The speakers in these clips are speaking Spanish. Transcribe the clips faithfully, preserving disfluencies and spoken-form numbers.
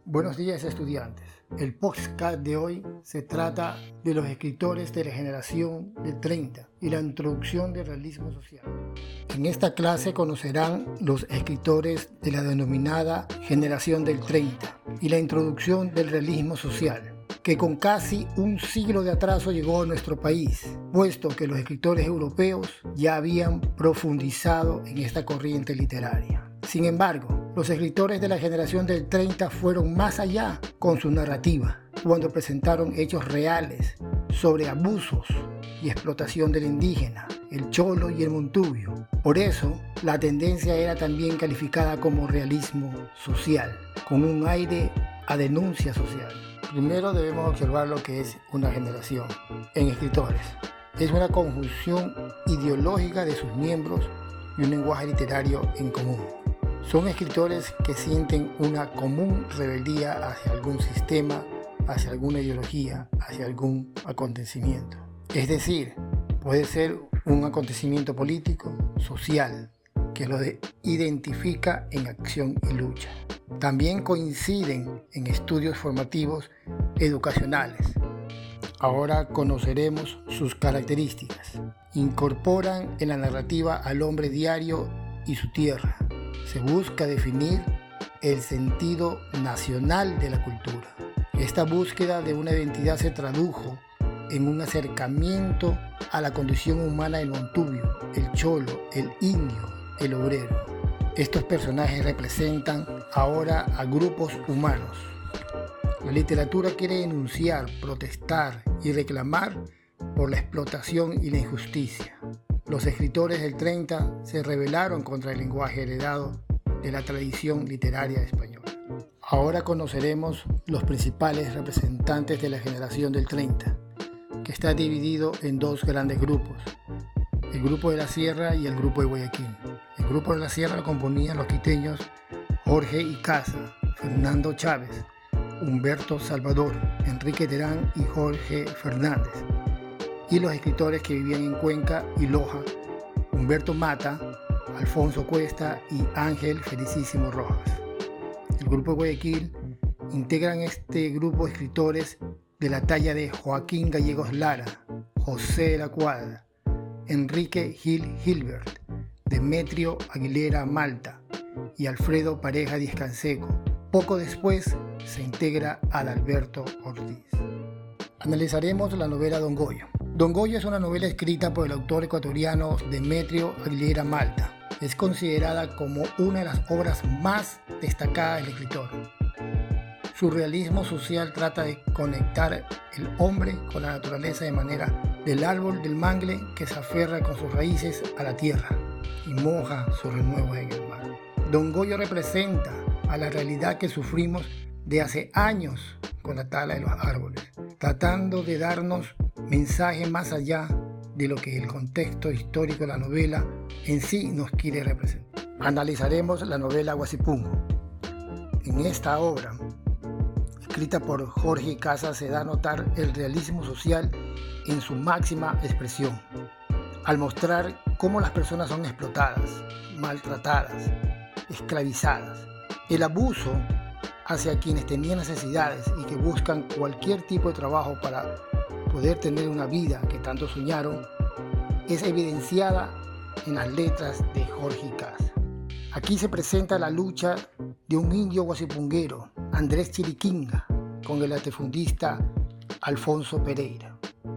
Buenos días, estudiantes. El podcast de hoy se trata de los escritores de la generación del treinta y la introducción del realismo social. En esta clase conocerán los escritores de la denominada generación del treinta y la introducción del realismo social, que con casi un siglo de atraso llegó a nuestro país, puesto que los escritores europeos ya habían profundizado en esta corriente literaria. Sin embargo, los escritores de la generación del treinta fueron más allá con su narrativa, cuando presentaron hechos reales sobre abusos y explotación del indígena, el cholo y el montubio. Por eso, la tendencia era también calificada como realismo social, con un aire a denuncia social. Primero debemos observar lo que es una generación en escritores. Es una conjunción ideológica de sus miembros y un lenguaje literario en común. Son escritores que sienten una común rebeldía hacia algún sistema, hacia alguna ideología, hacia algún acontecimiento. Es decir, puede ser un acontecimiento político, social, que lo identifica en acción y lucha. También coinciden en estudios formativos educacionales. Ahora conoceremos sus características. Incorporan en la narrativa al hombre diario y su tierra. Se busca definir el sentido nacional de la cultura. Esta búsqueda de una identidad se tradujo en un acercamiento a la condición humana del montubio, el cholo, el indio, el obrero. Estos personajes representan ahora a grupos humanos. La literatura quiere denunciar, protestar y reclamar por la explotación y la injusticia. Los escritores del treinta se rebelaron contra el lenguaje heredado de la tradición literaria española. Ahora conoceremos los principales representantes de la generación del treinta, que está dividido en dos grandes grupos, el grupo de la Sierra y el grupo de Guayaquil. El grupo de la Sierra lo componían los quiteños Jorge Icaza, Fernando Chávez, Humberto Salvador, Enrique Terán y Jorge Fernández, y los escritores que vivían en Cuenca y Loja, Humberto Mata, Alfonso Cuesta y Ángel Felicísimo Rojas. El grupo de Guayaquil integran este grupo escritores de la talla de Joaquín Gallegos Lara, José de la Cuadra, Enrique Gil Gilbert, Demetrio Aguilera Malta y Alfredo Pareja Díaz Canseco. Poco después se integra Adalberto Ortiz. Analizaremos la novela Don Goyo. Don Goyo es una novela escrita por el autor ecuatoriano Demetrio Aguilera Malta. Es considerada como una de las obras más destacadas del escritor. Su realismo social trata de conectar el hombre con la naturaleza de manera del árbol del mangle que se aferra con sus raíces a la tierra y moja sus renuevos en el mar. Don Goyo representa a la realidad que sufrimos de hace años con la tala de los árboles, tratando de darnos mensaje más allá de lo que el contexto histórico de la novela en sí nos quiere representar. Analizaremos la novela Guasipungo. En esta obra, escrita por Jorge Icaza, se da a notar el realismo social en su máxima expresión, al mostrar cómo las personas son explotadas, maltratadas, esclavizadas. El abuso hacia quienes tenían necesidades y que buscan cualquier tipo de trabajo para poder tener una vida que tanto soñaron, es evidenciada en las letras de Jorge Icaza. Aquí se presenta la lucha de un indio guasipunguero, Andrés Chiriquinga, con el latifundista Alfonso Pereira.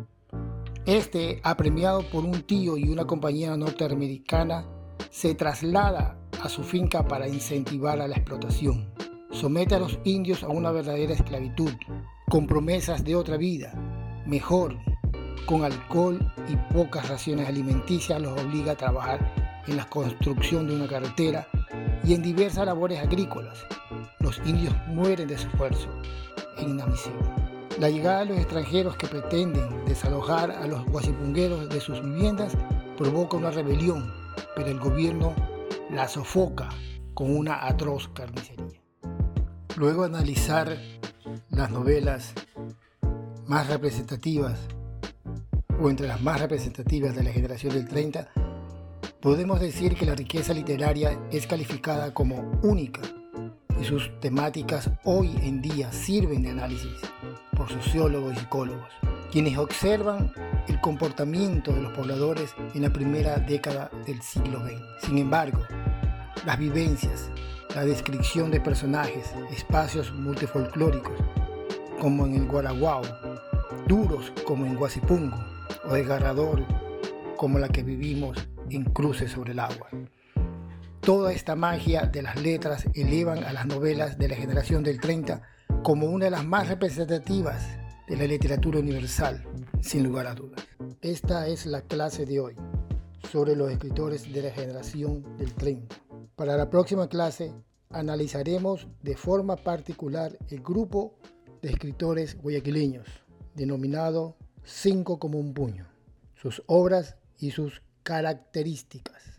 Este, apremiado por un tío y una compañera norteamericana, se traslada a su finca para incentivar a la explotación. Somete a los indios a una verdadera esclavitud, con promesas de otra vida, mejor, con alcohol y pocas raciones alimenticias. Los obliga a trabajar en la construcción de una carretera y en diversas labores agrícolas. Los indios mueren de su esfuerzo e inanición. La llegada de los extranjeros que pretenden desalojar a los guasipungueros de sus viviendas provoca una rebelión, pero el gobierno la sofoca con una atroz carnicería. Luego de analizar las novelas más representativas o entre las más representativas de la generación del treinta, podemos decir que la riqueza literaria es calificada como única y sus temáticas hoy en día sirven de análisis por sociólogos y psicólogos, quienes observan el comportamiento de los pobladores en la primera década del siglo veinte. Sin embargo, las vivencias, la descripción de personajes, espacios multifolclóricos, como en el Guaraguao, duros como en Guasipungo, o desgarrador como la que vivimos en Cruces sobre el Agua. Toda esta magia de las letras elevan a las novelas de la generación del treinta como una de las más representativas de la literatura universal, sin lugar a dudas. Esta es la clase de hoy sobre los escritores de la generación del treinta. Para la próxima clase analizaremos de forma particular el grupo de escritores guayaquileños, denominado Cinco como un puño, sus obras y sus características.